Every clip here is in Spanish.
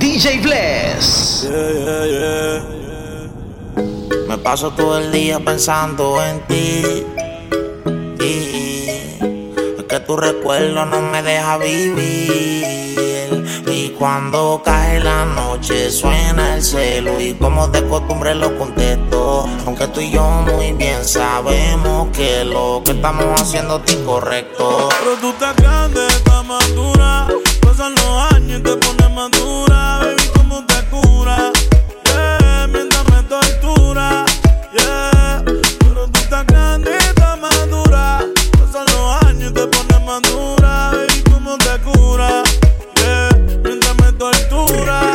DJ Bless. Me paso todo el día pensando en ti. Es que tu recuerdo no me deja vivir. Y cuando cae la noche suena el celo y como de costumbre lo contesto. Aunque tú y yo muy bien sabemos que lo que estamos haciendo es incorrecto. Pero tú estás grande, estás madura. Pasan los años y te pones madura. Baby, ¿cómo te cura? Yeah, mientras me tortura. Yeah, pero tú estás grande, estás madura. Pasan los años y te pones madura. Baby, ¿cómo te cura? Yeah, mientras me tortura.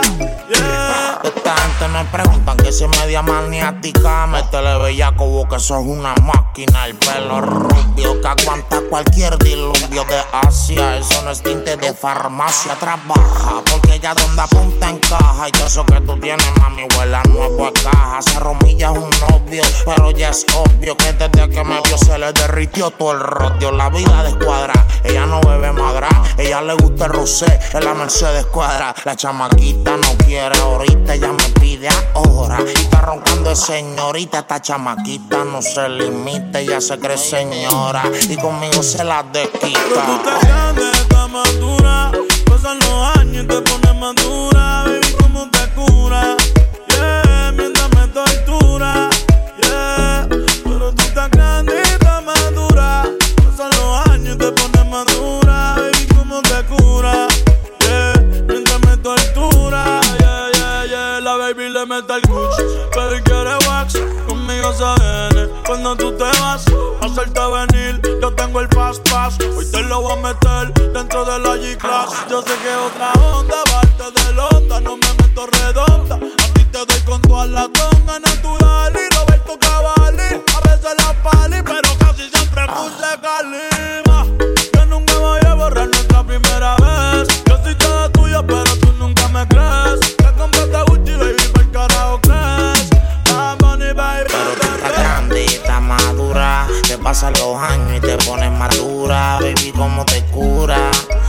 Yeah. Esta gente me preguntan que si es media maniática. Métele bellaco vos que sos una máquina. El pelo rubio que aguanta cualquier diluvio de Asia. Eso no es tinte de farmacia. Trabaja porque ella donde apunta encaja. Y eso que tú tienes, mami, huele a nuevo caja. Se romilla es un novio, pero ya es obvio que desde que me vio se le derritió todo el rodio. La vida descuadra, ella no bebe madra. Ella le gusta el rosé, en la Mercedes cuadra. La chamaquita no quiere ahorita, ella me pide ahora. Y está roncando de señorita, esta chamaquita no se limita. Ella se cree señora y conmigo se la desquita. Pero tú estás grande, estás madura. Pasan los años y te pones madura. Baby, ¿cómo te cura? Yeah, mientras me tortura. Yeah, pero tú estás grande, estás madura. Pasan los años y te pones madura. Baby, ¿cómo te cura? Yeah, mientras me tortura. Yeah, yeah, yeah. La baby le mete el kush, pero quiere wax. Conmigo se viene cuando tú te vas. Hacerte venir, yo tengo el fast pass. Hoy te lo voy a meter dentro de la G-Class. Yo sé que otra onda, parte de Londra. No me meto redonda. A ti te doy con toda la tonga natural. Y Roberto Cavalli, a veces la pali, pero casi siempre puse calima. Yo nunca voy a borrar nuestra primera vez. Yo soy toda tuya, pero tú nunca me crees. Te compraste Gucci, baby, ¿por carajo crees? Money, baby. Pero tú estás grande, estás madura. Te pasan los años y te pones madura. Baby, ¿cómo te cura?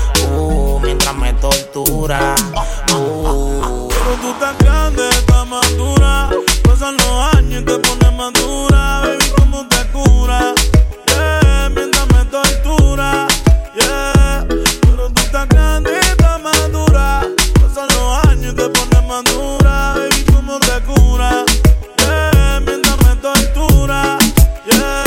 Mientras me tortura. Pero tú estás grande, estás madura. Pasan los años y te pones madura. Baby, ¿cómo te cura? Yeah, mientras me tortura. Yeah, pero tú estás grande, estás madura. Pasan los años y te pones madura. Baby, ¿cómo te cura? Yeah, mientras me tortura. Yeah.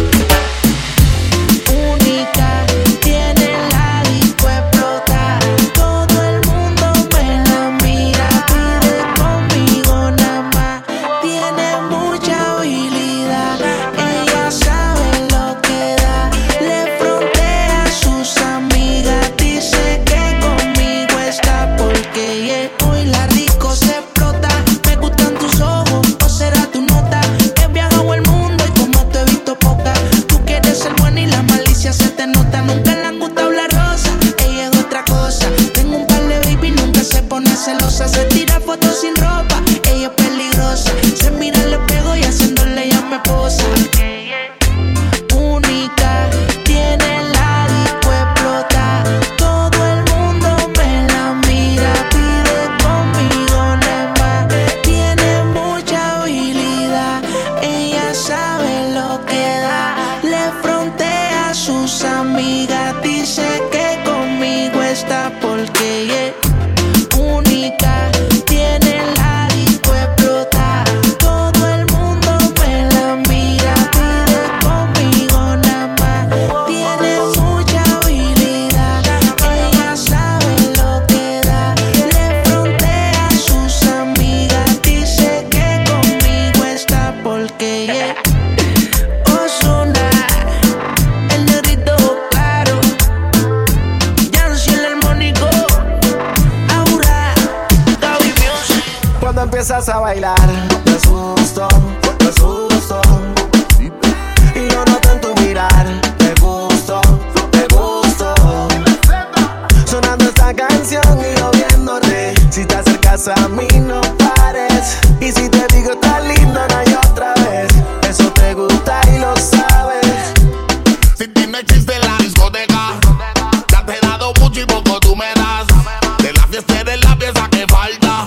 Única, tiene la disco explotar. Todo el mundo me la mira, pide conmigo nada más. Tiene mucha habilidad, ella sabe lo que da. Le frontea a sus amigas, dice que conmigo está porque hoy la disco se explota. Me gustan tus ojos, o será tu nota. He viajado el mundo y como te he visto poca. Tú quieres ser buena y la malicia se te nota. Nunca le han gustado la rosa, ella es otra cosa. Tengo un par de baby, nunca se pone celosa. Se tira fotos sin ropa, ella es peligrosa. Se mira al espejo y haciéndole ella me posa. Única, tiene la disco explota. Todo el mundo me la mira, pide conmigo nada más. Tiene mucha habilidad, ella sabe lo que da. Le frontea a sus amigas, dice que conmigo está porque única, tiene la disco explota. Todo el mundo me la mira, pide conmigo nada más. Tiene mucha habilidad, ella sabe lo que da. Le frontea a sus amigas, dice que conmigo está porque Ozuna, el negrito claro, Yancy el armónico, Aura, Gaby Music. Cuando empiezas a bailar, me asusto, me asusto. Y yo noto en tu mirar, te gusto, te gusto. Sonando esta canción y yo viéndote. Si te acercas a mí no pares. Y si te digo tan lindo no hay otra vez. Eso te gusta y lo sabes. Si ti no existe la discoteca, ya te he dado mucho y poco tú me das. De la fiesta eres la pieza que falta.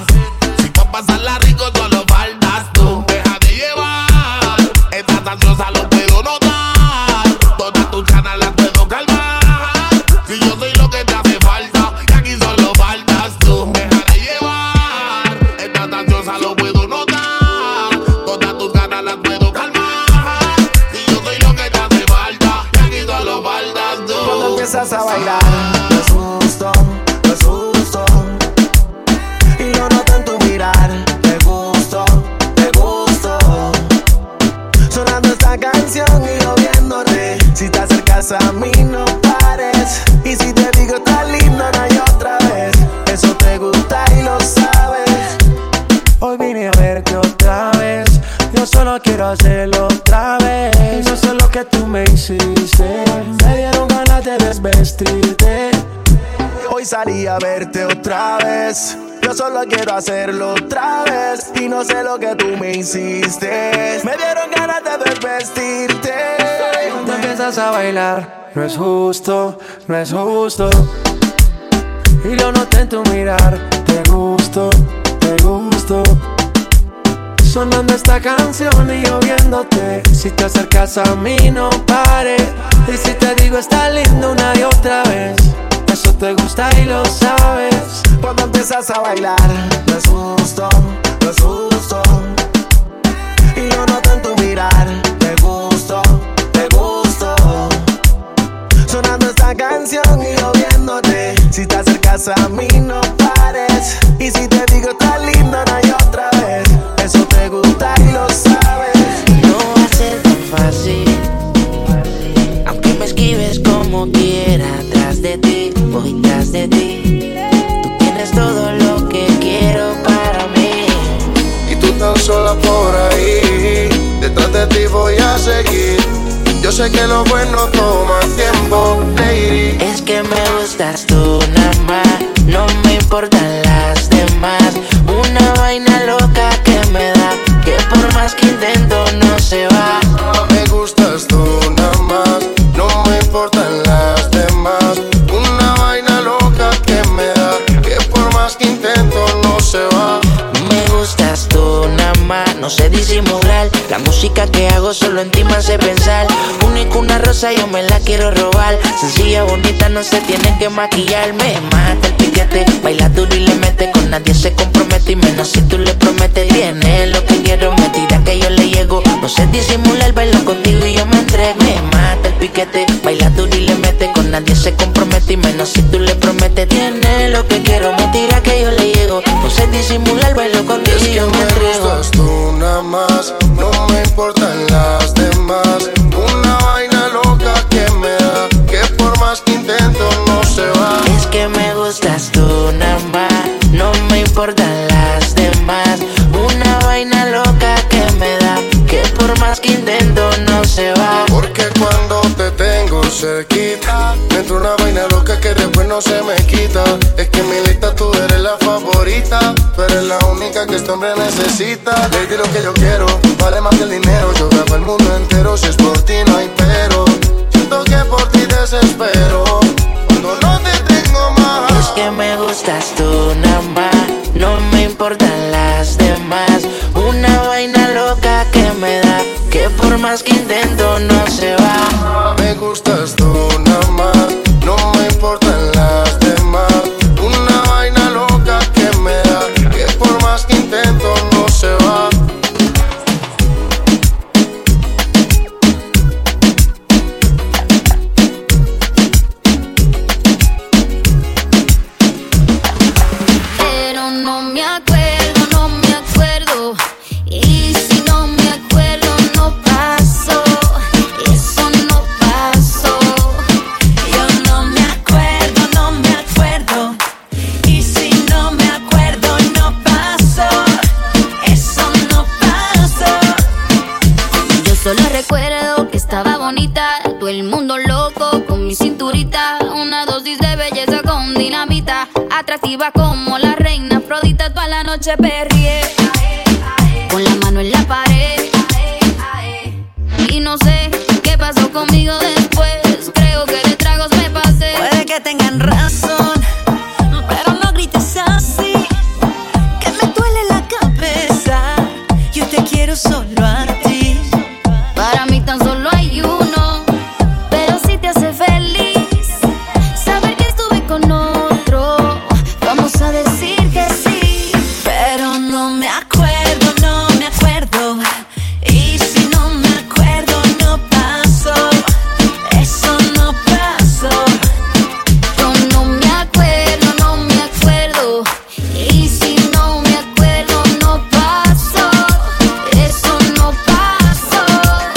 gustaría verte otra vez. Yo solo quiero hacerlo otra vez. Y no sé lo que tú me hiciste. Me dieron ganas de desvestirte. Cuando empiezas a bailar, no es justo, no es justo. Y lo noté en tu mirar. Te gusto, te gusto. Sonando esta canción y yo viéndote. Si te acercas a mí no pares. Y si te digo está lindo una y otra vez, eso te gusta y lo sabes. Cuando empiezas a bailar, no es justo, no es justo. Y yo noto en tu mirar, te gusto, te gusto. Sonando esta canción y yo viéndote. Si te acercas a mí no pares. Y si te digo está lindo una y otra vez, eso te gusta y lo sabes. No va a ser tan fácil, aunque me esquives como quiera. Tras de ti, voy tras de ti. Tú tienes todo lo que quiero para mí. Y tú tan sola por ahí. Detrás de ti voy a seguir. Yo sé que lo bueno toma tiempo, lady. Es que me gustas tú nada más, no me importan las demás. Una vaina loca que me da, que por más que intento no se va. Me gustas tú nada más, no me importan las demás. Una vaina loca que me da, que por más que intento no se va. Me gustas tú nada más, no sé disimular. La música que hago solo en ti me hace pensar. Única una rosa yo me la quiero robar. Sencilla, bonita, no se tiene que maquillar. Me mata el piquete, baila duro y le mete. Con nadie se compromete y menos si tú le prometes. Tiene lo que quiero, me tira que yo le llego. No sé disimular, bailo contigo y yo me entrego. Me mata el piquete, baila duro y le mete. Con nadie se compromete y menos si tú le prometes. Tiene lo que quiero, me tira que yo le llego. No sé disimular, bailo contigo y yo me entrego. Me gustas tú nada más, no me importan las demás. Una vaina loca que me da, que por más que intento no se va. Es que me gustas tú nada más, no me importan las demás. Una vaina loca que me da, que por más que intento no se va. Porque cuando te tengo cerquita, me entra una vaina loca que después no se me quita. Es que en mi lista tú eres la favorita, pero es la única que este hombre necesita. Lady, lo que yo quiero vale más que el dinero. Yo grabo el mundo entero, si es por ti no hay pero. Siento que por ti desespero cuando no te tengo más. Es que me gustas tú nada más, no me importan las demás. Una vaina loca que me da, que por más que intento no se va. Me gustas tú nada más, no me importan las demás. Una vaina loca que me da, que por más que intento no se va. Pero no me acuerdo, no me acuerdo. Y si no me acuerdo, no pasó. Eso no pasó. Yo no me acuerdo, no me acuerdo. Y si no me acuerdo, no pasó. Eso no pasó. Yo solo recuerdo que estaba bonita, todo el mundo loco con mi cinturita. Una dosis de belleza con dinamita, atractiva como la reina Afrodita. Toda la noche perrié, con la mano en la pared. Y no sé qué pasó conmigo después. Creo que de tragos me pasé. Puede que tengan razón, pero no grites así, que me duele la cabeza. Yo te quiero solo a ti. Para mí tan solo hay uno, pero si te hace feliz saber que estuve con otro, vamos a decir que sí. Pero no me acuerdo, no me acuerdo. Y si no me acuerdo, no pasó. Eso no pasó. Yo no me acuerdo, no me acuerdo. Y si no me acuerdo, no pasó. Eso no pasó.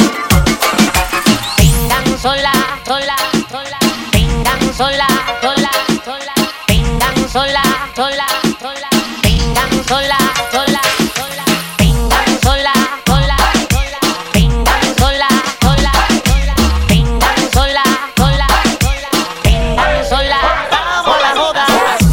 Vengan sola, sola, sola. Vengan sola, sola, sola. Vengan sola, sola, sola. Vengan sola, sola, sola. Vengan sola, sola, sola. Vengan sola, sola, sola. Vengan sola, sola, sola. Vengan sola. Vamos a la joda.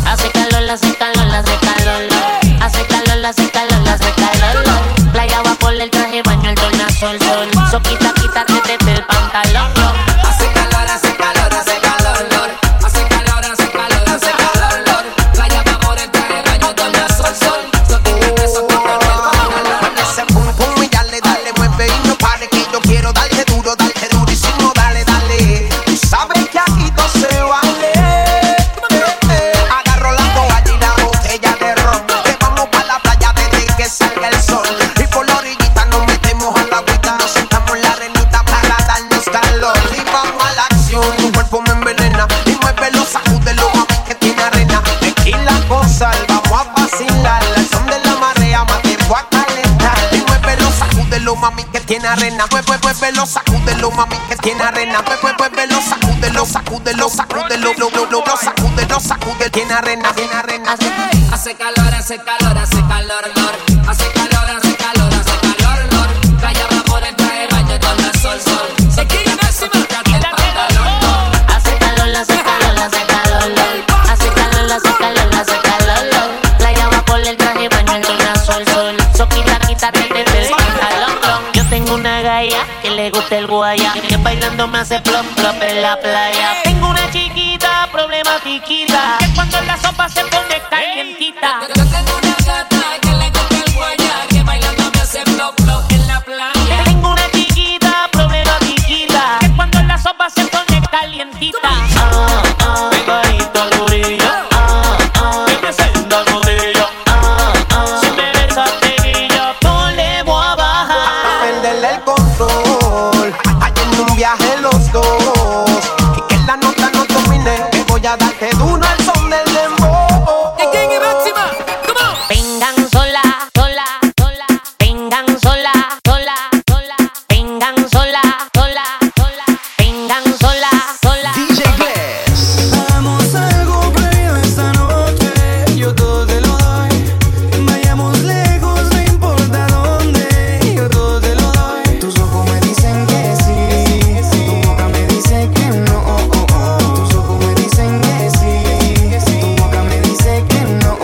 gozar, vamos a vacilar. Al son de la marea, más tiempo a calentar. Y muévelo, sacúdelo, mami, que tiene arena. Muévelo, sacúdelo, mami, que tiene arena. Muévelo, sacúdelo, sacúdelo, sacúdelo, sacúdelo, sacúdelo, tiene arena, tiene arena. Hace calor, hace calor, hace calor, Lord. Hace calor, hace calor, hace calor, Lord. Calla va por el traje de baño con la sol. Se quita máxima, el pantalón, Lord. Hace calor, hace calor, hace calor, Lord. Hace calor, hace calor, hace calor, Lord. La llama por el traje de baño con la sol. So quítate del pantalón. Yo tengo una galla que le gusta el guaya, que bailando me hace plop plop en la playa. Tengo una chiquita problematiquita, que cuando la sopa se pone calientita. Yo tengo una gata que le gusta el guaya, que bailando me hace plop plop en la playa. Tengo una chiquita problematiquita, que cuando la sopa se pone calientita. Pegadito al orillo, que me sienta el rodillo. Si me besas peguillo, no le voy a bajar. Perderle el control, hay en un viaje los dos. Y que la nota no domine, que voy a darte duro al son del dembow. ¿Y quién es máxima? ¿Cómo? Vengan sola, sola, sola. Vengan sola, sola, sola. Vengan sola, sola, sola. Vengan sola, sola. DJ Bless. Hagamos algo previo esta noche, yo todo te lo doy. Vayamos lejos, no importa dónde, yo todo te lo doy. Tus ojos me dicen que sí, tu boca me dice que no. Tus ojos me dicen que sí, tu boca me dice que no.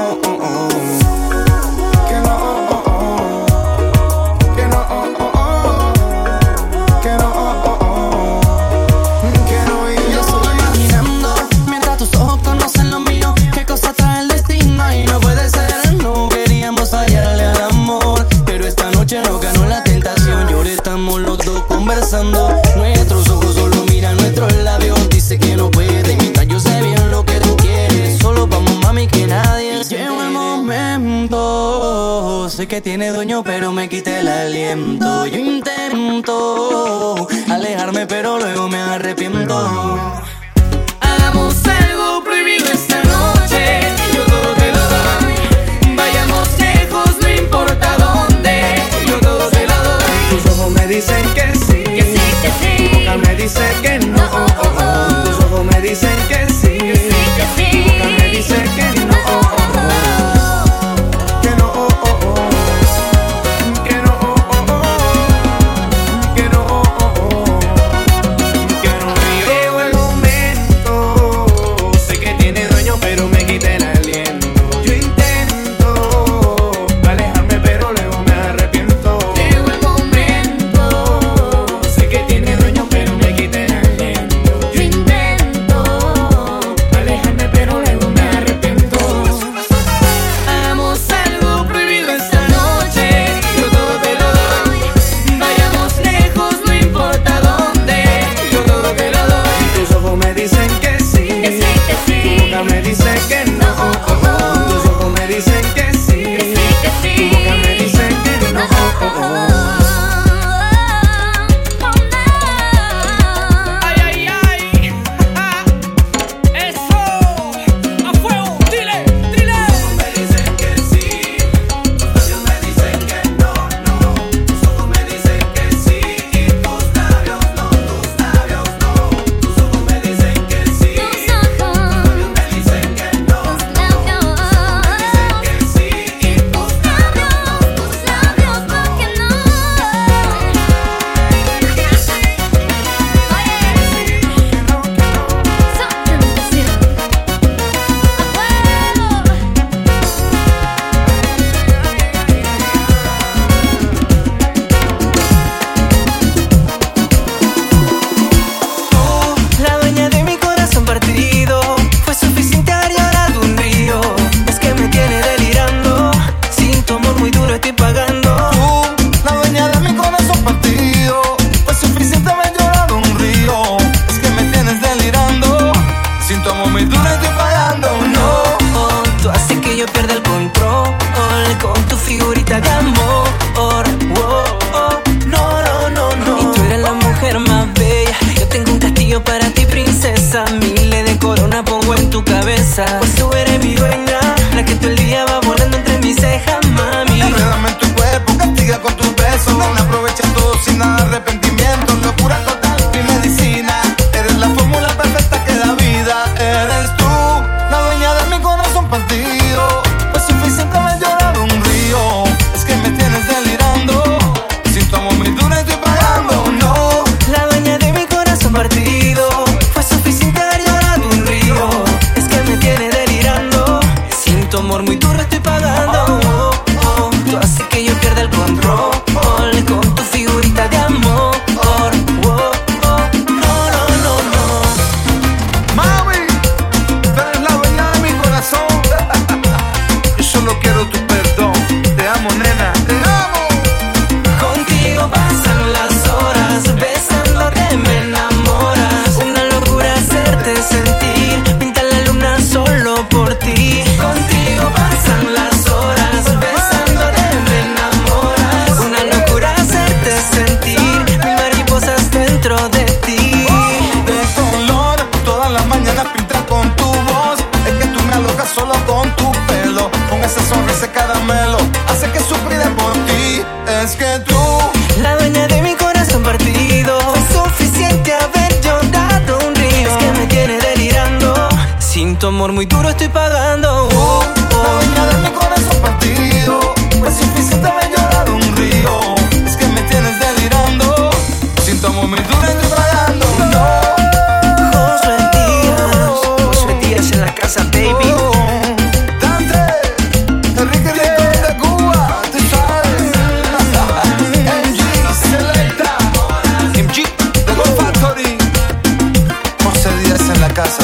Que no, que no, que no, que no. Y yo estoy imaginando, mientras tus ojos conocen lo mío, qué cosa trae el destino y no puede ser. No queríamos fallarle al amor, pero esta noche nos ganó la tentación. Y ahora estamos los dos conversando, nuestros ojos solo miran nuestros labios. Dice que no puede imitar, yo sé bien lo que tú quieres. Solo vamos, mami, que nadie se llegó el momento. Sé que tiene dueño, pero me quité el aliento. Yo intento alejarme, pero luego me arrepiento. Hagamos algo prohibido esta noche, yo todo te lo doy. Vayamos lejos, no importa dónde, yo todo te lo doy. Tus ojos me dicen que sí, que sí, que sí. Tu boca me dice que no, Tus ojos me dicen que sí, que sí, que sí. Tu boca me dice que no, que no, que no, que no, que no. Llegó el momento, sé que tiene dueño, pero me quité el aliento. amor muy duro estoy pagando. Tú haces que yo pierda el control con tu figurita de amor. Mami, tú eres la dueña de mi corazón. Yo solo quiero tu perdón. Te amo, nena, te amo. Contigo pasan las horas, besándote me enamoras. Una locura hacerte sentir, pinta la luna solo por ti. Contigo pasan las horas, besándote me enamoras. Una locura hacerte sentir, mil mariposas dentro de ti. De color, todas las mañanas pintas con tu voz. Es que tú me alocas solo con tu pelo. Con esa sonrisa caramelo, hace que sufriré por ti. Es que tú, la dueña de mi corazón partido, es suficiente haber llorado un río. Es que me tiene delirando, sin tu amor muy duro estoy pagando. la dueña de mi corazón partido, es suficiente haber llorado un río. Es que me tienes delirando, sin tu amor muy duro estoy pagando. Josué Díaz en la casa, baby. Dante, Enrique Rincón de Cuba, tú sabes. MG Selecta, MG de Gold Factory. José Díaz en la casa.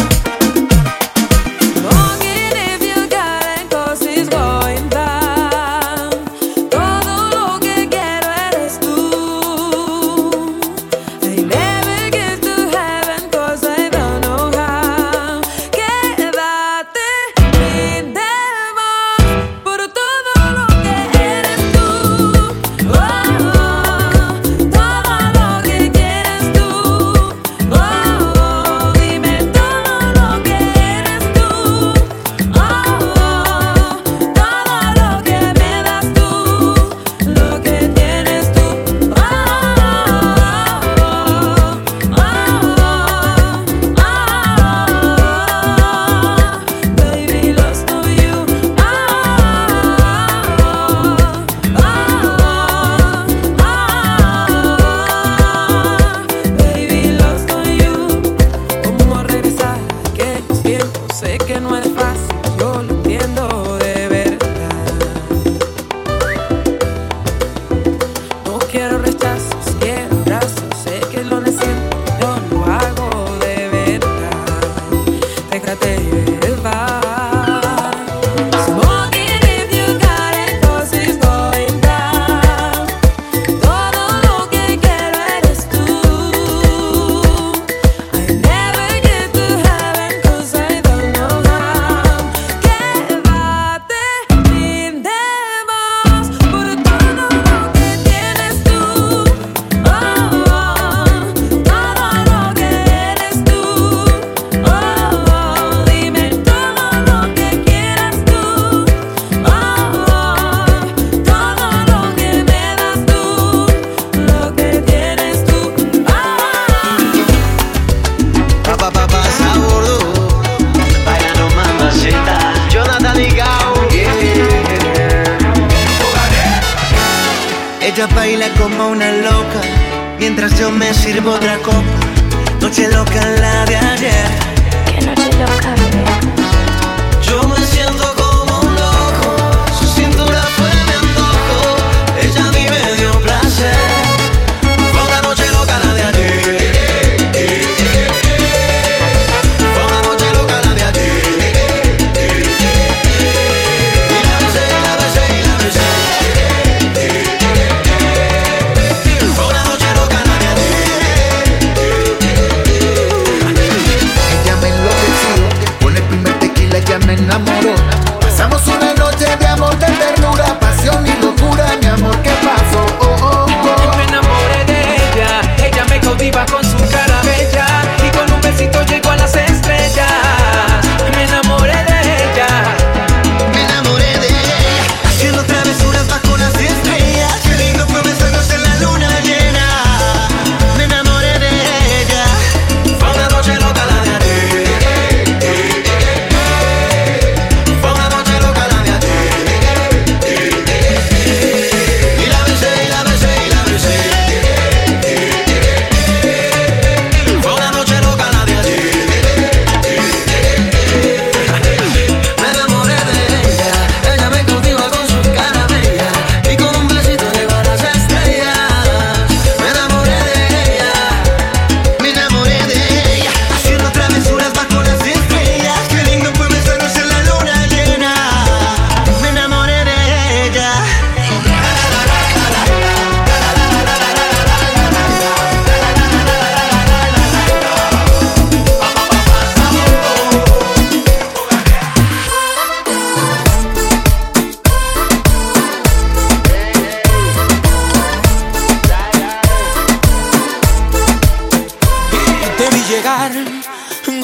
Ella baila como una loca, mientras yo me sirvo otra copa. Noche loca la de ayer. Qué noche loca, bebé. Yo me siento como un loco, su cintura fue mi antojo. Ella a mí me dio placer. Fue una noche loca la de ayer. Fue una noche loca la de ayer. Y la besé, y la besé, y la besé. Fue una noche loca la de ayer. Ella me enloqueció con el primer tequila.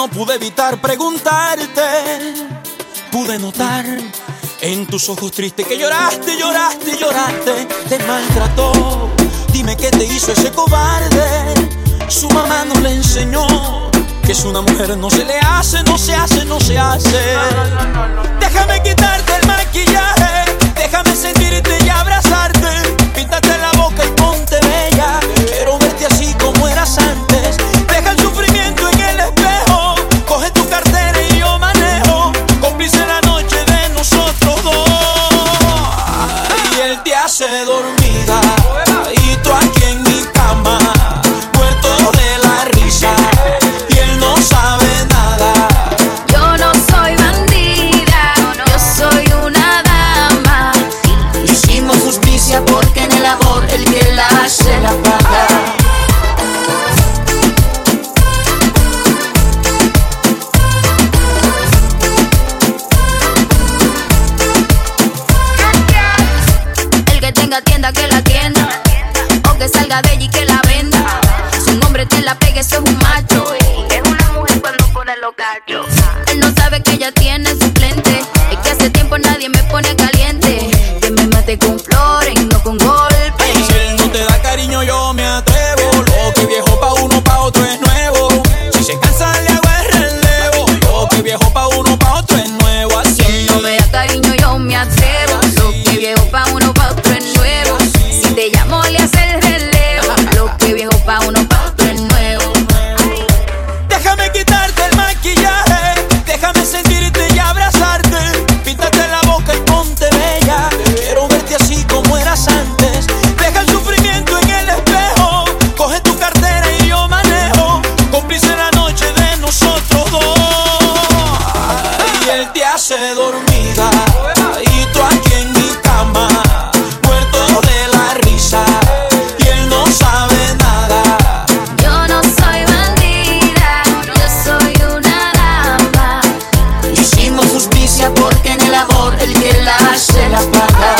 no pude evitar preguntarte. Pude notar en tus ojos tristes que lloraste, lloraste, lloraste. Te maltrató, dime qué te hizo ese cobarde. Su mamá no le enseñó que es una mujer, no se le hace, no se hace, no se hace. Déjame quitarte el maquillaje, déjame sentirte y abrazarte. Píntate la boca y ponte bella, quiero verte así como eras antes. Deja el sufrimiento en el espejo, coge tu cartera y yo manejo. Cómplice la noche de nosotros dos. Y él te hace dormida y tú aquí en mi cama, muerto de la risa. Y él no sabe nada. Yo no soy bandida, yo soy una dama. Hicimos justicia porque en el amor el que la hace la paga. El que tenga tienda que la tienda, o que salga de ella y que la venda. Si un hombre te la pegue, eso es un macho. Es una mujer cuando pone los cachos. Él no sabe que ella tiene suplente. Es que hace tiempo nadie me pone caliente. Que me mate con flores, no con golpes. Si él no te da cariño yo me atrevo. Lo que viejo pa' uno, pa' otro es nuevo. Si se cansa le hago el relevo. Lo que viejo pa' uno, pa' otro es nuevo. Así Si él no me da cariño yo me atrevo. Lo que viejo pa' uno, pa' otro es nuevo. Si te llamo le hace el relevo. Lo que viejo pa' uno, pa' otro es nuevo. déjame quitarte el maquillaje, déjame sentirte y abrazarte. Píntate la boca y ponte bella, quiero verte así como eras antes. Deja el sufrimiento en el espejo, coge tu cartera y yo manejo. Cómplice la noche de nosotros dos. Y él te hace dormida y tú aquí en mi cama, muerto de la risa. Y él no sabe nada. Yo no soy bandida, yo soy una dama. Hicimos justicia porque en el amor el que la hace la paga.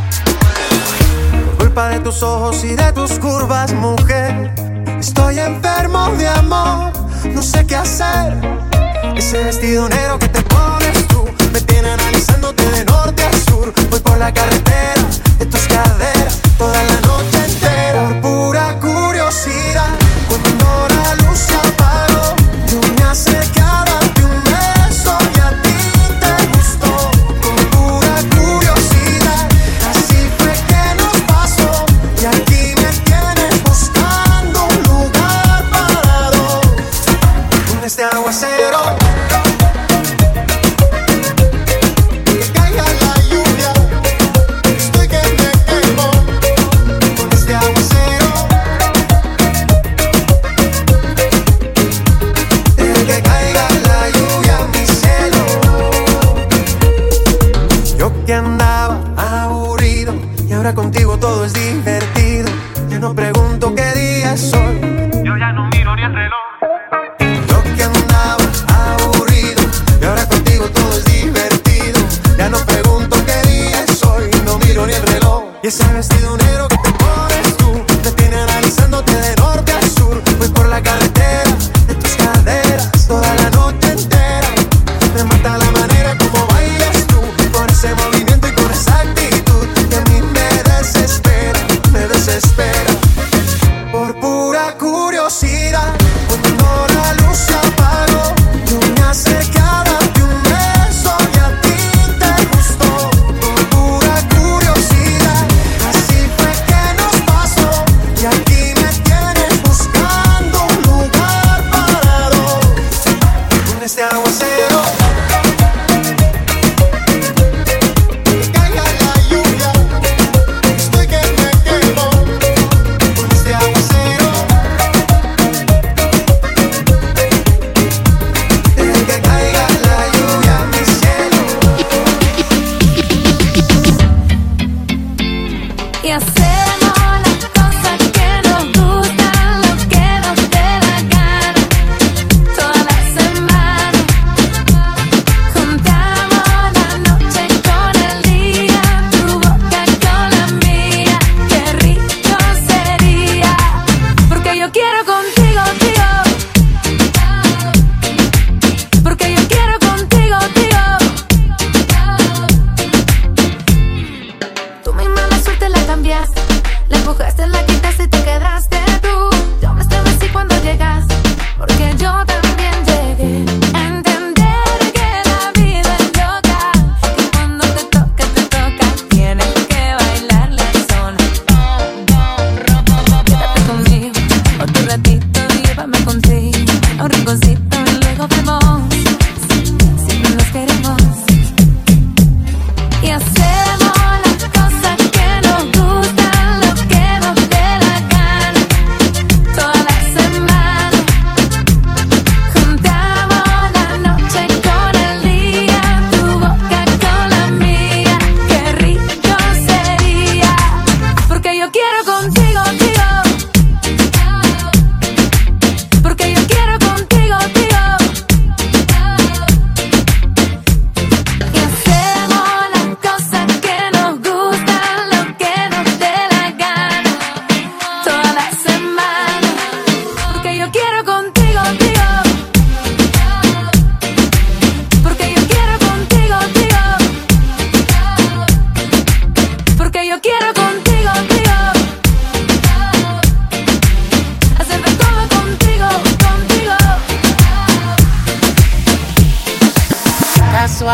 Por culpa de tus ojos y de tus curvas, mujer, estoy enfermo de amor, no sé qué hacer. Ese vestido negro que te pones tú me tiene analizándote de norte a sur. Voy por la carretera de tus caderas toda la noche entera. Por pura curiosidad, cuando la luz se apagó, yo me acerqué a darte un beso y a ti te gustó. Por pura curiosidad, así fue que nos pasó. Y aquí me tienes buscando un lugar para dos. Con este aguacero, que caiga la lluvia, estoy que me quemo. Con este aguacero, que caiga la lluvia, mi cielo. Yo que andaba aburrido y ahora contigo todo es divertido. Ya no pregunto qué día es hoy, yo ya no miro ni el reloj. Yo que andaba aburrido y ahora contigo todo es divertido. Ya no pregunto qué día es hoy, no miro ni el reloj. Y ese vestido negro que te pones tú te tiene analizándote de norte a sur. Voy por la carretera de tus caderas toda la noche entera. Me mata la manera como bailas tú, con ese movimiento y con esa actitud que a mí me desespera, me desespera. Por pura curiosidad, cuando la luz se apagó, yo me acerqué a darte un beso y a ti te gustó. Por pura curiosidad, así fue que nos pasó. Y aquí me tienes buscando un lugar para dos. Con este aguacero, que caiga la lluvia, estoy que me quemo. Con este aguacero, que caiga la lluvia, mi cielo. Y hacemos las cosas que nos gustan, lo que nos dé la gana. Toda la semana juntamos la noche con el día, tu boca con la mía. Qué rico sería, porque yo quiero contigo, tío.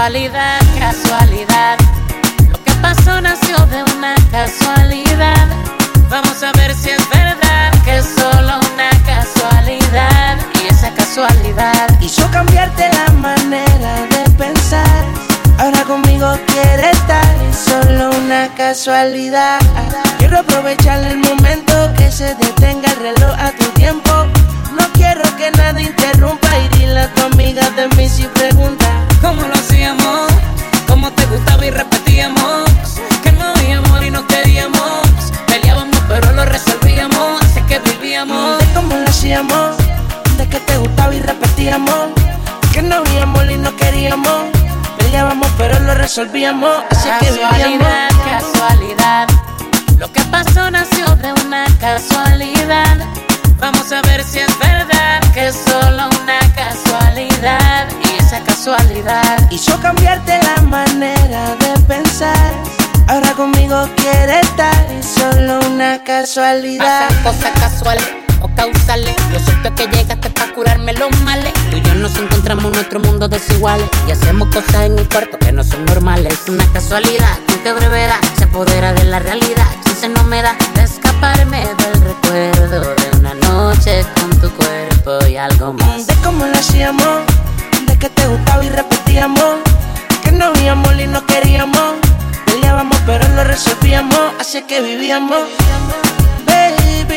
Casualidad, casualidad. Lo que pasó nació de una casualidad. Vamos a ver si es verdad que es solo una casualidad. Y esa casualidad hizo cambiarte la manera de pensar. Ahora conmigo quiere estar. Es solo una casualidad. Quiero aprovechar el momento que se detenga el reloj a tu tiempo. No quiero que nada interrumpa. Y dile a tu amiga de mí si pregunta ¿cómo lo hacíamos? ¿Cómo te gustaba y repetíamos? Que no había amor y no queríamos. Peleábamos pero lo resolvíamos. Así que vivíamos. De cómo lo hacíamos. De que te gustaba y repetíamos. Que no había amor y no queríamos. Peleábamos pero lo resolvíamos. Así que vivíamos. Casualidad. Lo que pasó nació de una casualidad. Vamos a ver si es verdad que es solo una casualidad. Y esa casualidad hizo cambiarte la manera de pensar. Ahora conmigo quiere estar. Es solo una casualidad. Pasan cosas casuales o causales. Lo cierto es que llegaste para curarme los males. Tú y yo nos encontramos en nuestro mundo desiguales. Y hacemos cosas en el cuarto que no son normales. Es una casualidad con que brevedad se apodera de la realidad. Chance no me da de escaparme del recuerdo de una noche con tu cuerpo y algo más. De cómo lo hacíamos. De que te gustaba y repetíamos. Que no había amor y no queríamos. Peleábamos pero lo resolvíamos. Así que vivíamos. Baby,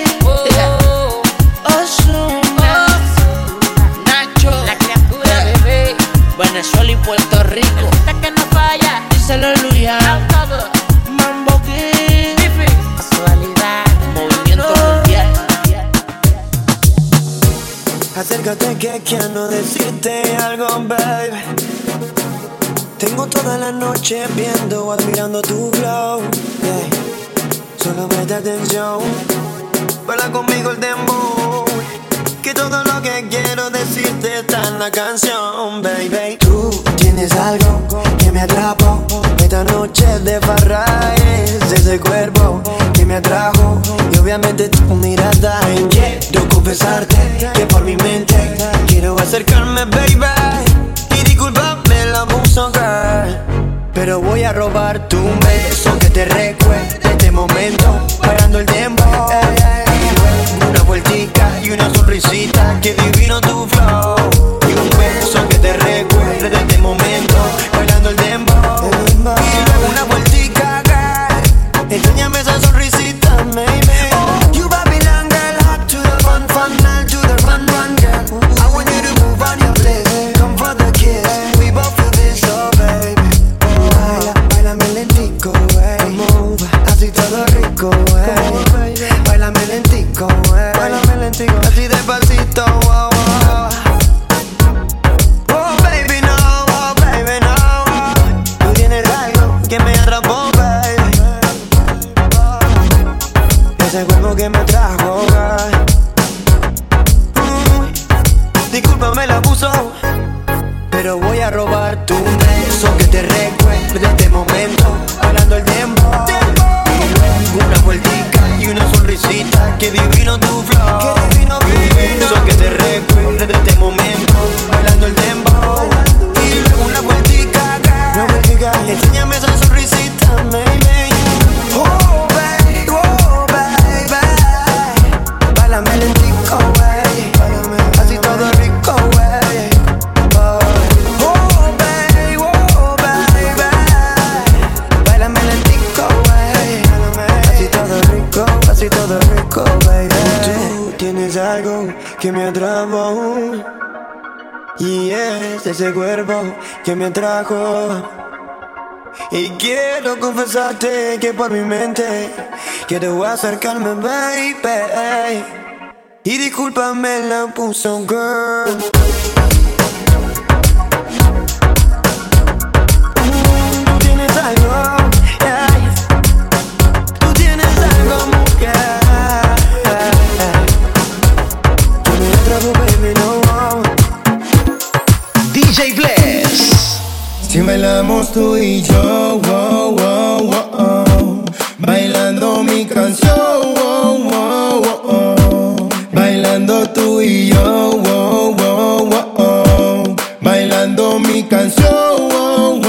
Ozuna, Nacho, la criatura, bebé. Venezuela y Puerto Rico. Hasta que no falla. Díselo Luya. Mambo King. Casualidad. Movimiento mundial. Acércate que quiero decirte algo, baby. Tengo toda la noche viendo, admirando tu flow, yeah. Solo presta atención, baila conmigo el dembow. Que todo lo que quiero decirte está en la canción, baby. Tú tienes algo que me atrapó. Esta noche de farra es ese cuerpo que me atrajo. Y obviamente tu mirada. Quiero confesarte que por mi mente quiero acercarme, baby. Y discúlpame la abuso, girl, pero voy a robar tu beso que te recuerde este momento, parando el tiempo. Una vueltica y una sonrisita, que divino tu flow. Y un beso que te recuerde de este momento, bailando el dembow. Y luego una vueltica, girl, enséñame esa sonrisita, baby. You Babylon girl, hot to the fun, fun, now to the run, run, girl. I want you to move on your place, come for the kiss. We both feel this, oh baby. Baila, bailame lentico, move, así todo rico, bailame lentico, así despacito, wow, wow. Oh baby no, tú tienes algo que me atrapó, baby. Ese cuerpo que me trajo, discúlpame el abuso, pero voy a robar tu beso que te recuerde de este momento, bailando el tiempo. Una vueltica y una sonrisita, que divino tu flow. Un beso que te recuerde de este momento, bailando el dembow. Y luego una vueltica, enséñame esa sonrisita, baby. Oh baby, bailame lentico, wey. Así todo rico, wey. Oh baby, bailame lentico, wey. Así todo rico, baby. Tú tienes algo que me atrapó, y es ese cuerpo que me atrajo. Y quiero confesarte que por mi mente quiero acercarme, baby. Y discúlpame la puso, girl. Tú tienes algo, yeah. Tú tienes algo, mujer. Tú me atrapo, baby, no. DJ Bless. Si bailamos tú y yo, oh, oh, oh, oh, bailando mi canción, oh, oh, oh, oh, bailando tú y yo, oh, oh, oh, oh, bailando mi canción, oh,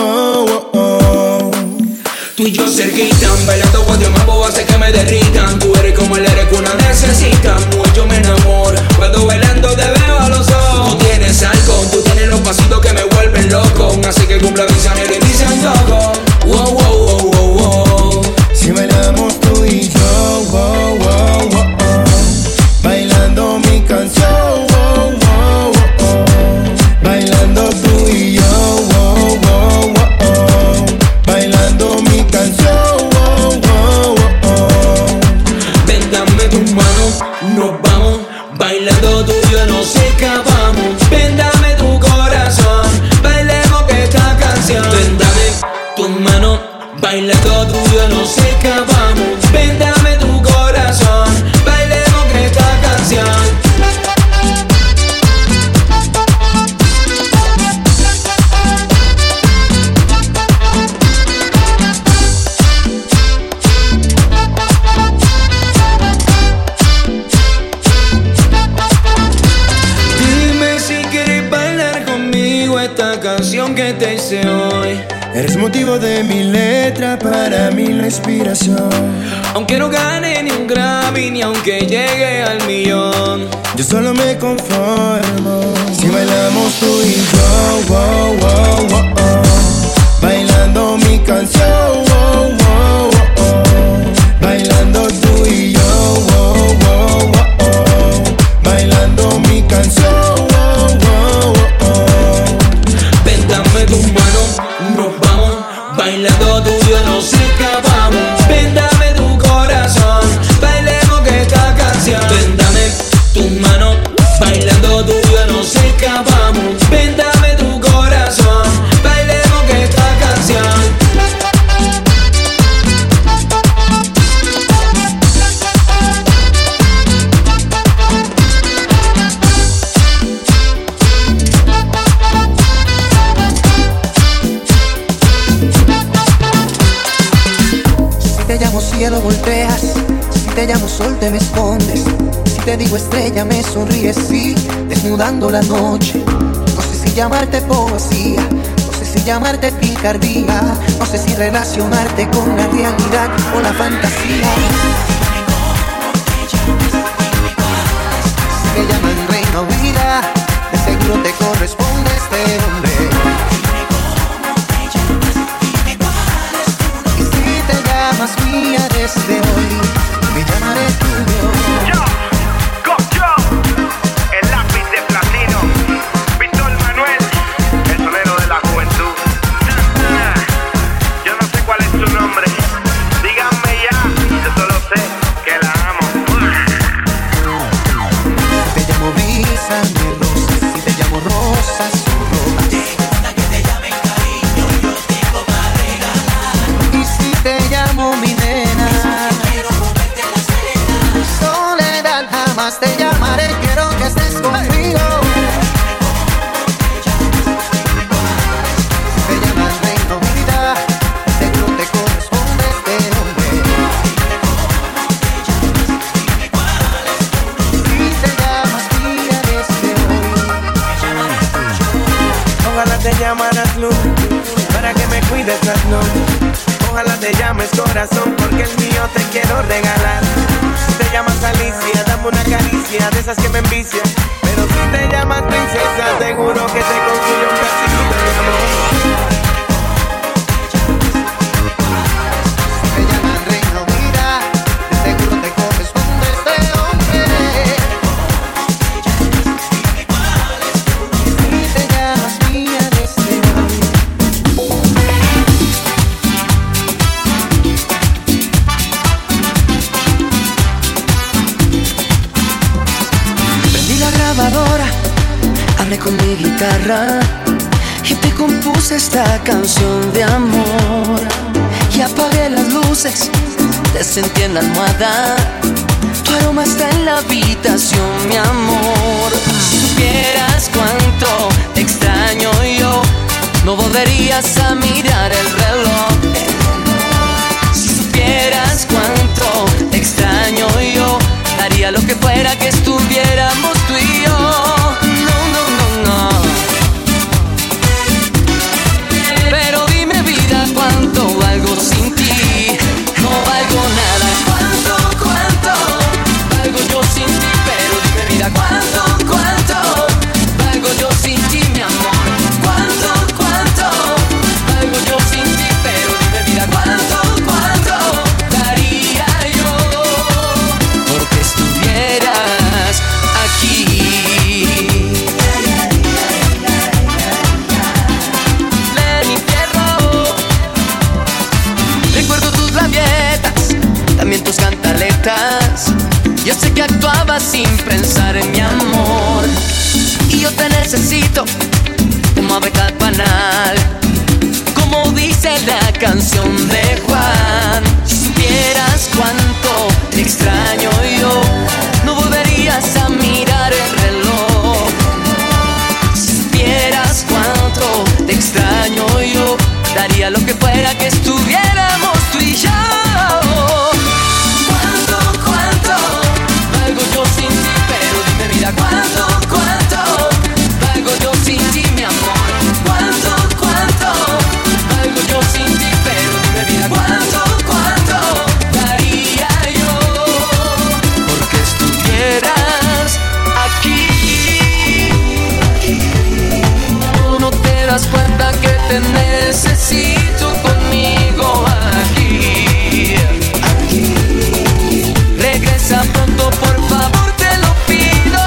Tú y yo cerquita, bailando cuatro mambo hace que me derritan. Tú eres como el aire que una necesita. Mujer, yo me enamoro cuando bailando te veo a los ojos. Tú tienes algo, tú tienes los pasitos que me vuelven loco. Así que cumpla mis anhelos y mis antojos. Wow, wow, wow, wow, wow. Si bailamos tú y yo, wow, wow, wow, bailando mi canción, wow, wow, wow, bailando tú y yo, wow, wow, wow, bailando mi canción, wow, wow, wow. Ven, dame tu mano, nos vamos, bailando tú y yo nos escapamos. Ven, dame tu corazón, bailemos que esta canción. Ven, dame tu mano, bailando tú y yo nos escapamos. Ven, dame tu corazón, bailemos que esta canción. Dime si quieres bailar conmigo esta canción que te hice hoy. Eres motivo de mi letra, para mí la inspiración. Aunque no gane ni un Grammy, ni aunque llegue al millón, yo solo me conformo si bailamos tú y yo, wow, wow, wow, bailando mi canción, wow, wow, wow, bailando tú y yo, wow, wow, wow, bailando mi canción, wow, wow, wow. Ven, dame tu mano, nos vamos, bailando tú y yo nos escapamos. Ven, dame tu corazón, bailemos que esta canción. Ven, dame tu mano, bailando tú y yo nos escapamos. Ven, dame tu corazón, bailemos que esta canción. Si te llamo cielo volteas, si te llamo sol te me escondes, si te digo estrella me sonríes, sí, desnudando la noche. No sé si llamarte poesía, no sé si llamarte picardía, no sé si relacionarte con la realidad o la fantasía. Si te llaman reina o vida, de seguro te corresponde este nombre. Más mía desde hoy, me llamaré tuyo. Yo, el lápiz de platino, Víctor Manuel, el sonero de la juventud. Yo no sé cuál es su nombre, díganme ya, yo solo sé que la amo. Si te llamo brisa, me rosas, si te llamo rosas, son rosas. Que te llamen cariño, yo tengo para regalar. Y si te llamo mi nena, quiero comerte la serena. Soledad jamás te llamaré, quiero que estés conmigo. Si te llamas reina o vida, seguro te corresponde este nombre. Si te llamas mía desde hoy, ojalá te llamaras luz, para que me cuides las noches. Ojalá te llames corazón, porque el mío te quiero regalar. Si te llamas Alicia, dame una caricia de esas que me envician. Pero si te llamas princesa, seguro que te construyo un castillo de amor. si te llaman reina o vida, de seguro te corresponde este hombre. Si te llamas mía desde hoy. Prendí la grabadora, hablé con mi guitarra y te compuse esta canción de amor. Y apagué las luces, te sentí en la almohada, tu aroma está en la habitación, mi amor. Si supieras cuánto te extraño yo, no volverías a mirar el reloj. Si supieras cuánto te extraño yo, haría lo que fuera que estuviéramos tú y yo. No, no, no, no. Pero dime vida, cuánto valgo sin ti. en tus cantaletas. Yo sé que actuabas sin pensar en mi amor. Y yo te necesito como abeja banal, como dice la canción de Juan. Si supieras cuánto te extraño yo, no volverías a mirar el reloj. Si supieras cuánto te extraño yo, daría lo que fuera que estuviéramos tú y yo. ¿Cuánto valgo yo sin ti? Pero dime, mira, ¿cuánto valgo yo sin ti, mi amor? ¿Cuánto valgo yo sin ti? Pero dime, mira, ¿cuánto daría yo porque estuvieras aquí? No te das cuenta que te necesito conmigo aquí. Regresa pronto, por favor, te lo pido.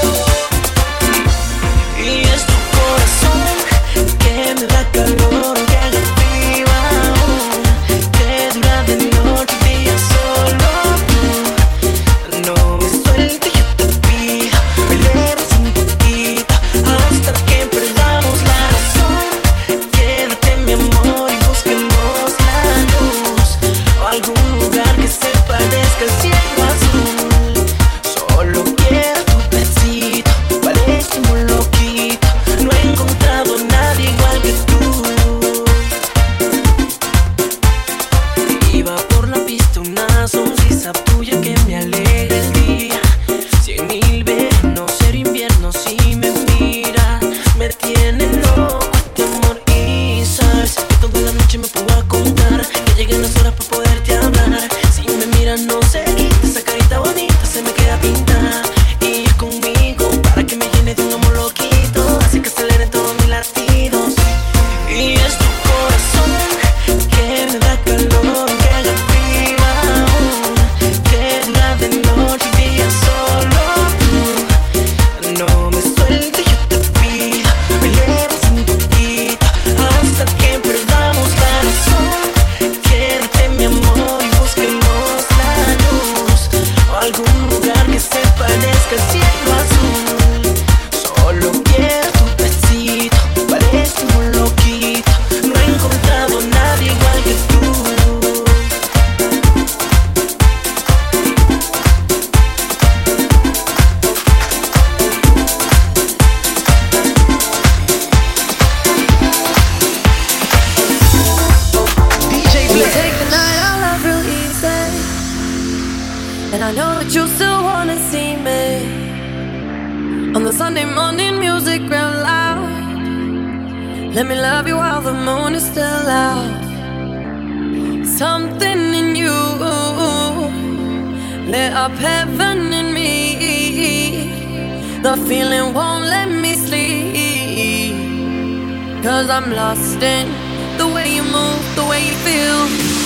Y es tu corazón que me da calor, que haga viva, que dura de noche y día solo tú. No me sueltes, yo te pido, me elevas un poquito hasta que perdamos la razón. Quédate, mi amor, y busquemos la luz o algún lugar que se parezca al cielo azul. Solo quiero tu besito, parece un loquito. No he encontrado a nadie igual que tú. Iba por la pista una sonrisa tuya que me alegra el día. 100,000 verano, ser invierno si me mira. Me tiene loco este amor y sabes que toda la noche me pongo a contar que lleguen las horas para poderte hablar. Si me miras no se quita, esa carita bonita se me queda pintada. Y es conmigo para que me llene de un amor loquito, así que aceleren todos mis latidos. Y es tu corazón que me da calor, que haga viva, que dura de noche y día solo tú. No me sueltes, yo te pido, me elevas un poquito hasta que perdamos la razón. Quédate, mi amor, y busquemos la luz o algún lugar que se parezca al cielo azul. Solo quiero tu besito, parece un loquito. No he encontrado a nadie igual que tú. DJ You take the night out love real easy, and I know that you still wanna see me on the Sunday morning music real loud. Let me love you while the moon is still out. Something in you lit up heaven in me. The feeling won't let me sleep, 'cause I'm lost in the way you move, the way you feel.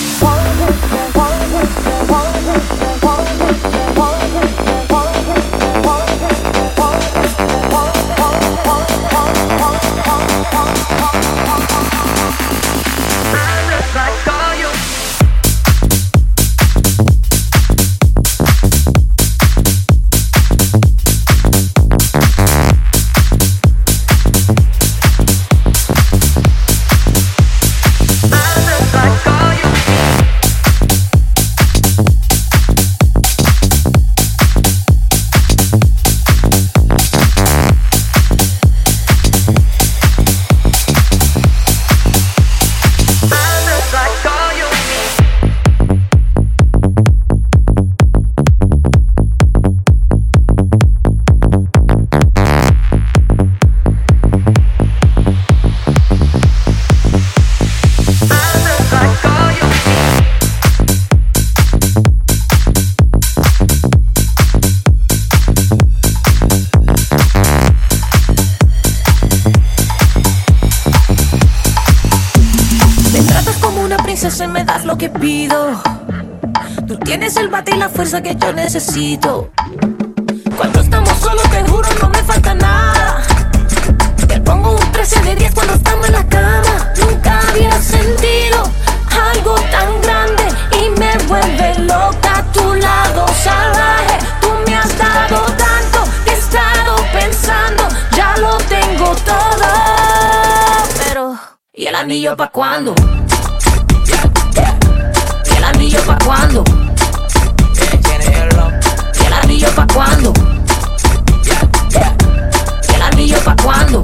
princesa y me das lo que pido. Tú tienes el bate y la fuerza que yo necesito. Cuando estamos solos te juro no me falta nada. Te pongo un 13 de 10 cuando estamos en la cama. Nunca había sentido algo tan grande y me vuelve loca anillo pa' cuándo? ¿Y el anillo pa' cuándo? ¿Y el anillo pa' cuándo? ¿Y el anillo pa' cuándo?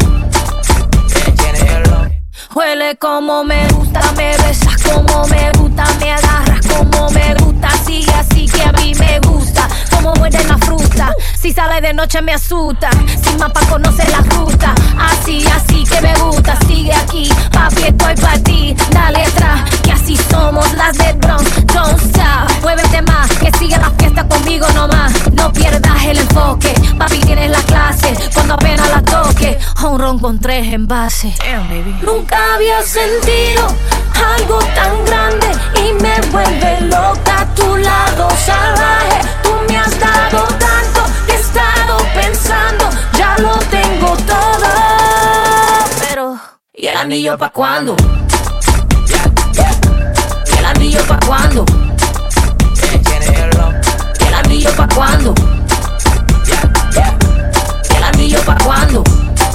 Huele como me gusta, me besas como me gusta, me agarras como me gusta, sigue así que a mí me gusta, como muerde la fruta, si sale de noche me asusta, sin mapa conoce la ruta, así que me gusta, sigue aquí, papi estoy pa' ti, dale atrás, que así somos las del Bronx, don't stop, muévete más, que sigue la fiesta conmigo nomás, no pierdas el enfoque, papi tienes la clase, cuando apenas la toque, un ron con 3 envases. Damn, baby. Nunca había sentido algo tan grande y me vuelve loca a tu lado salvaje. Tú me has dado tanto que he estado pensando, ya lo tengo todo. Pero, ¿y el anillo pa' cuándo? ¿Y el anillo pa' cuándo? ¿Y el anillo pa' cuándo? ¿Y el anillo pa' cuándo?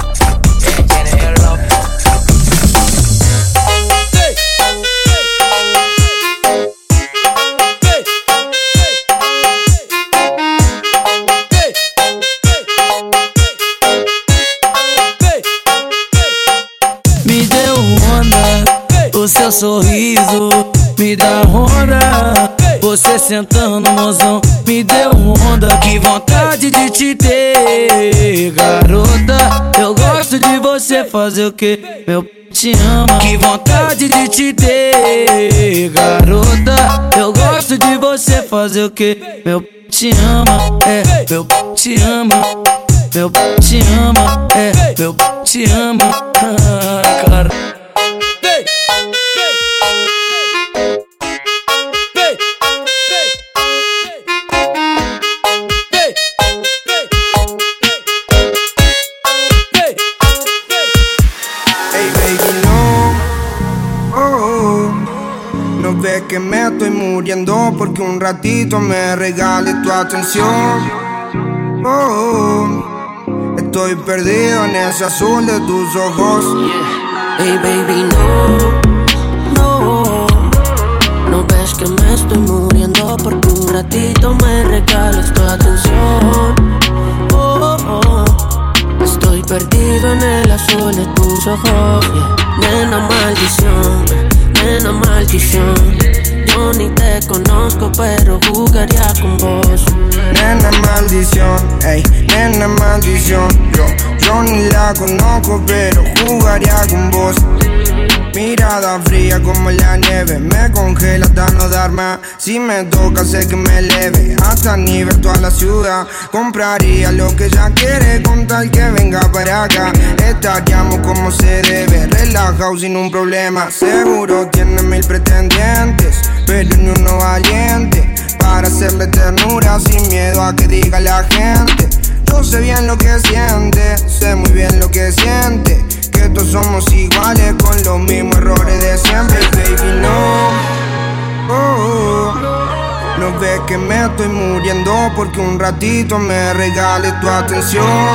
O seu sorriso me dá onda. Você sentando, mozão, me deu onda. Que vontade de te ter, garota. Eu gosto de você fazer o que? Meu te ama. Que vontade de te ter, garota. Eu gosto de você fazer o que? Meu te ama, meu te ama. Meu te ama, meu te ama. Cara. Ves que me estoy muriendo porque un ratito me regales tu atención. Estoy perdido en ese azul de tus ojos. Hey baby, no ves que me estoy muriendo porque un ratito me regales tu atención. Estoy perdido en el azul de tus ojos. Nena, maldición. Nena, maldición, yo ni te conozco, pero jugaría con vos. Nena, maldición, ey, nena, maldición. Yo ni la conozco, pero jugaría con vos. Mirada fría como la nieve, me congela hasta no dar más. Si me toca sé que me eleve, hasta nivel toda la ciudad. Compraría lo que ella quiere con tal que venga para acá. Estaríamos como se debe, relajado sin un problema. Seguro tiene 1000 pretendientes, pero ni uno valiente para hacerle ternura sin miedo a que diga la gente. Yo sé bien lo que siente, sé muy bien lo que siente. Que todos somos iguales con los mismos errores de siempre, baby, no ves que me estoy muriendo porque un ratito me regales tu atención.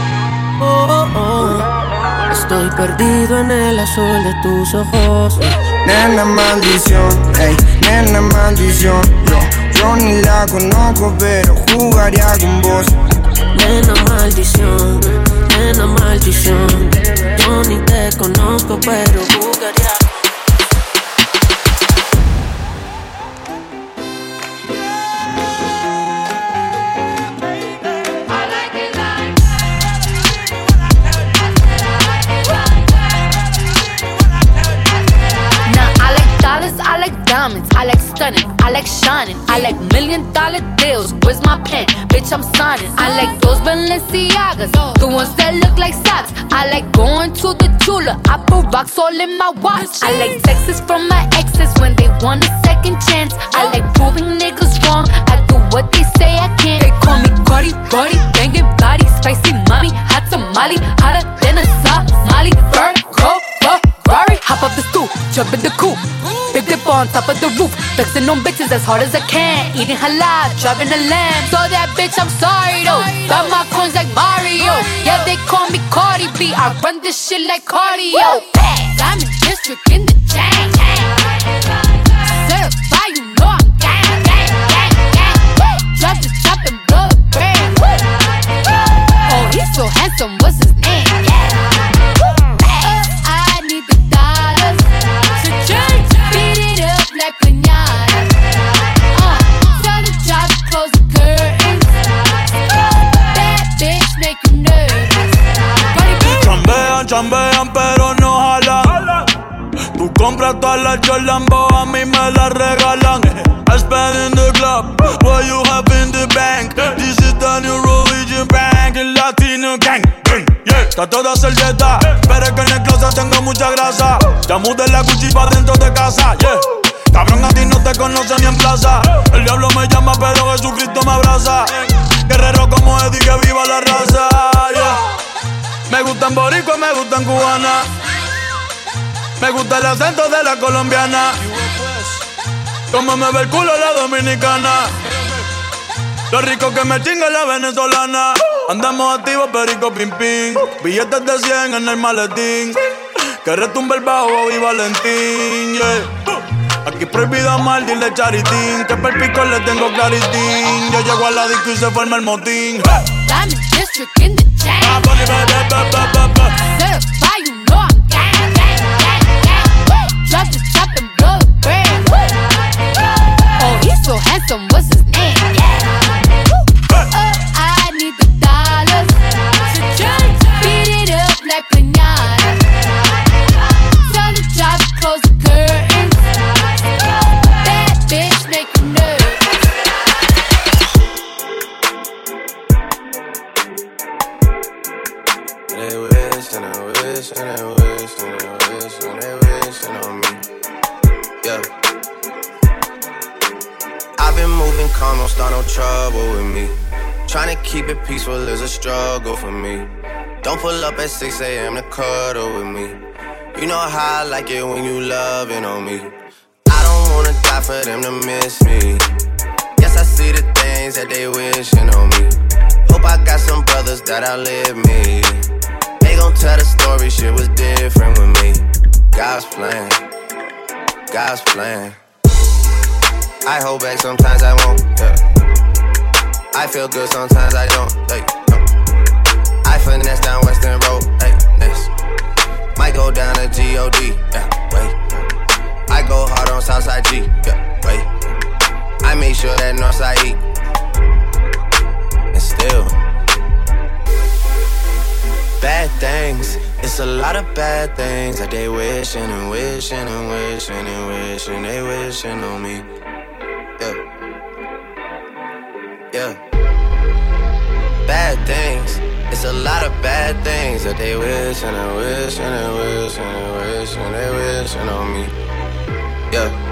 Estoy perdido en el azul de tus ojos. Nena, maldición, ey, nena, maldición. Yo ni la conozco, pero jugaría con vos. Nena, maldición, nena, maldición. Yo ni te conozco, pero jugaría. I like diamonds, I like stunning, I like shining, I like $1 million deals. Where's my pen? Bitch, I'm signing. I like those Balenciagas, the ones that look like socks. I like going to the Tula, I put rocks all in my watch. I like texts from my exes when they want a second chance. I like proving niggas wrong, I do what they say I can't. They call me Cardi, Cardi, banging body, spicy mommy, hot tamale, hotter than a Somali. Ferrari, hop up the stoop, jump in the coupe. Big dip on on top of the roof, flexing on bitches as hard as I can. Eating halal, driving a lamb. So that bitch, I'm sorry though. Got my coins like Mario. Yeah, they call me Cardi B. I run this shit like cardio. Diamond District in the chain. Certified, you know I'm gang, gang, gang, gang. Drop the top and blow the brand. Oh, he's so handsome, what's his name? I need the dollars. So just beat it up like piñata. Tell the job to close the curtains. That bitch make you nervous. Chambean, chambean, pero no jalan. Tú compras todas las Jolambo, a mí me las regalan. I spend in the club, what you have in the bank. This is the new religion bank, el latino gang. Yeah, está toda servieta, pero es que en el closet tengo mucha grasa. Ya mudé la Gucci pa' dentro de casa, yeah. Cabrón, a ti no te conocen ni en plaza. El diablo me llama, pero Jesucristo me abraza. Guerrero como Eddie, que viva la raza, yeah. Me gustan boricua, me gustan cubana. Me gusta el acento de la colombiana. Como me ve el culo la dominicana. Lo rico que me chinga la venezolana. Andamos activos, perico, pim, pim. Billetes de 100 en el maletín. Que retumbe el bajo y Valentín, yeah. Aquí prohibido amar, dile charitín. Que per pico le tengo claritín. Yo llego a la disco y se forma el motín. Diamond District in the chain. Certified, you know I'm gang, gang, gang, gang. Drop the top and blow the brand. Oh, he's so handsome, what's his name? I need the dollars. So just beat it up like piñata. Tell the job to close the curtains. That bitch make you nervous. They wish and they wish and they wish and they wish and they wishing on me. Yeah. I've been moving calm, don't start no trouble with me. Trying to keep it peaceful is a struggle for me. Don't pull up at 6 a.m. to cuddle with me. You know how I like it when you loving on me. I don't wanna die for them to miss me. Yes, I see the things that they wishing on me. Hope I got some brothers that outlive me. They gon' tell the story, shit was different with me. God's plan, God's plan. I hold back, sometimes I won't, yeah. I feel good, sometimes I don't, like, no. I finesse down Western Road, like, next. Might go down to G.O.D., yeah, wait. I go hard on Southside G, yeah, wait. I make sure that Northside E. And still bad things, it's a lot of bad things that they wishing and wishing and wishing and wishing. They wishing on me. Yeah. Yeah. Bad things, it's a lot of bad things that they wishing and wishing and wishing and wishing. They wishing on me. Yeah.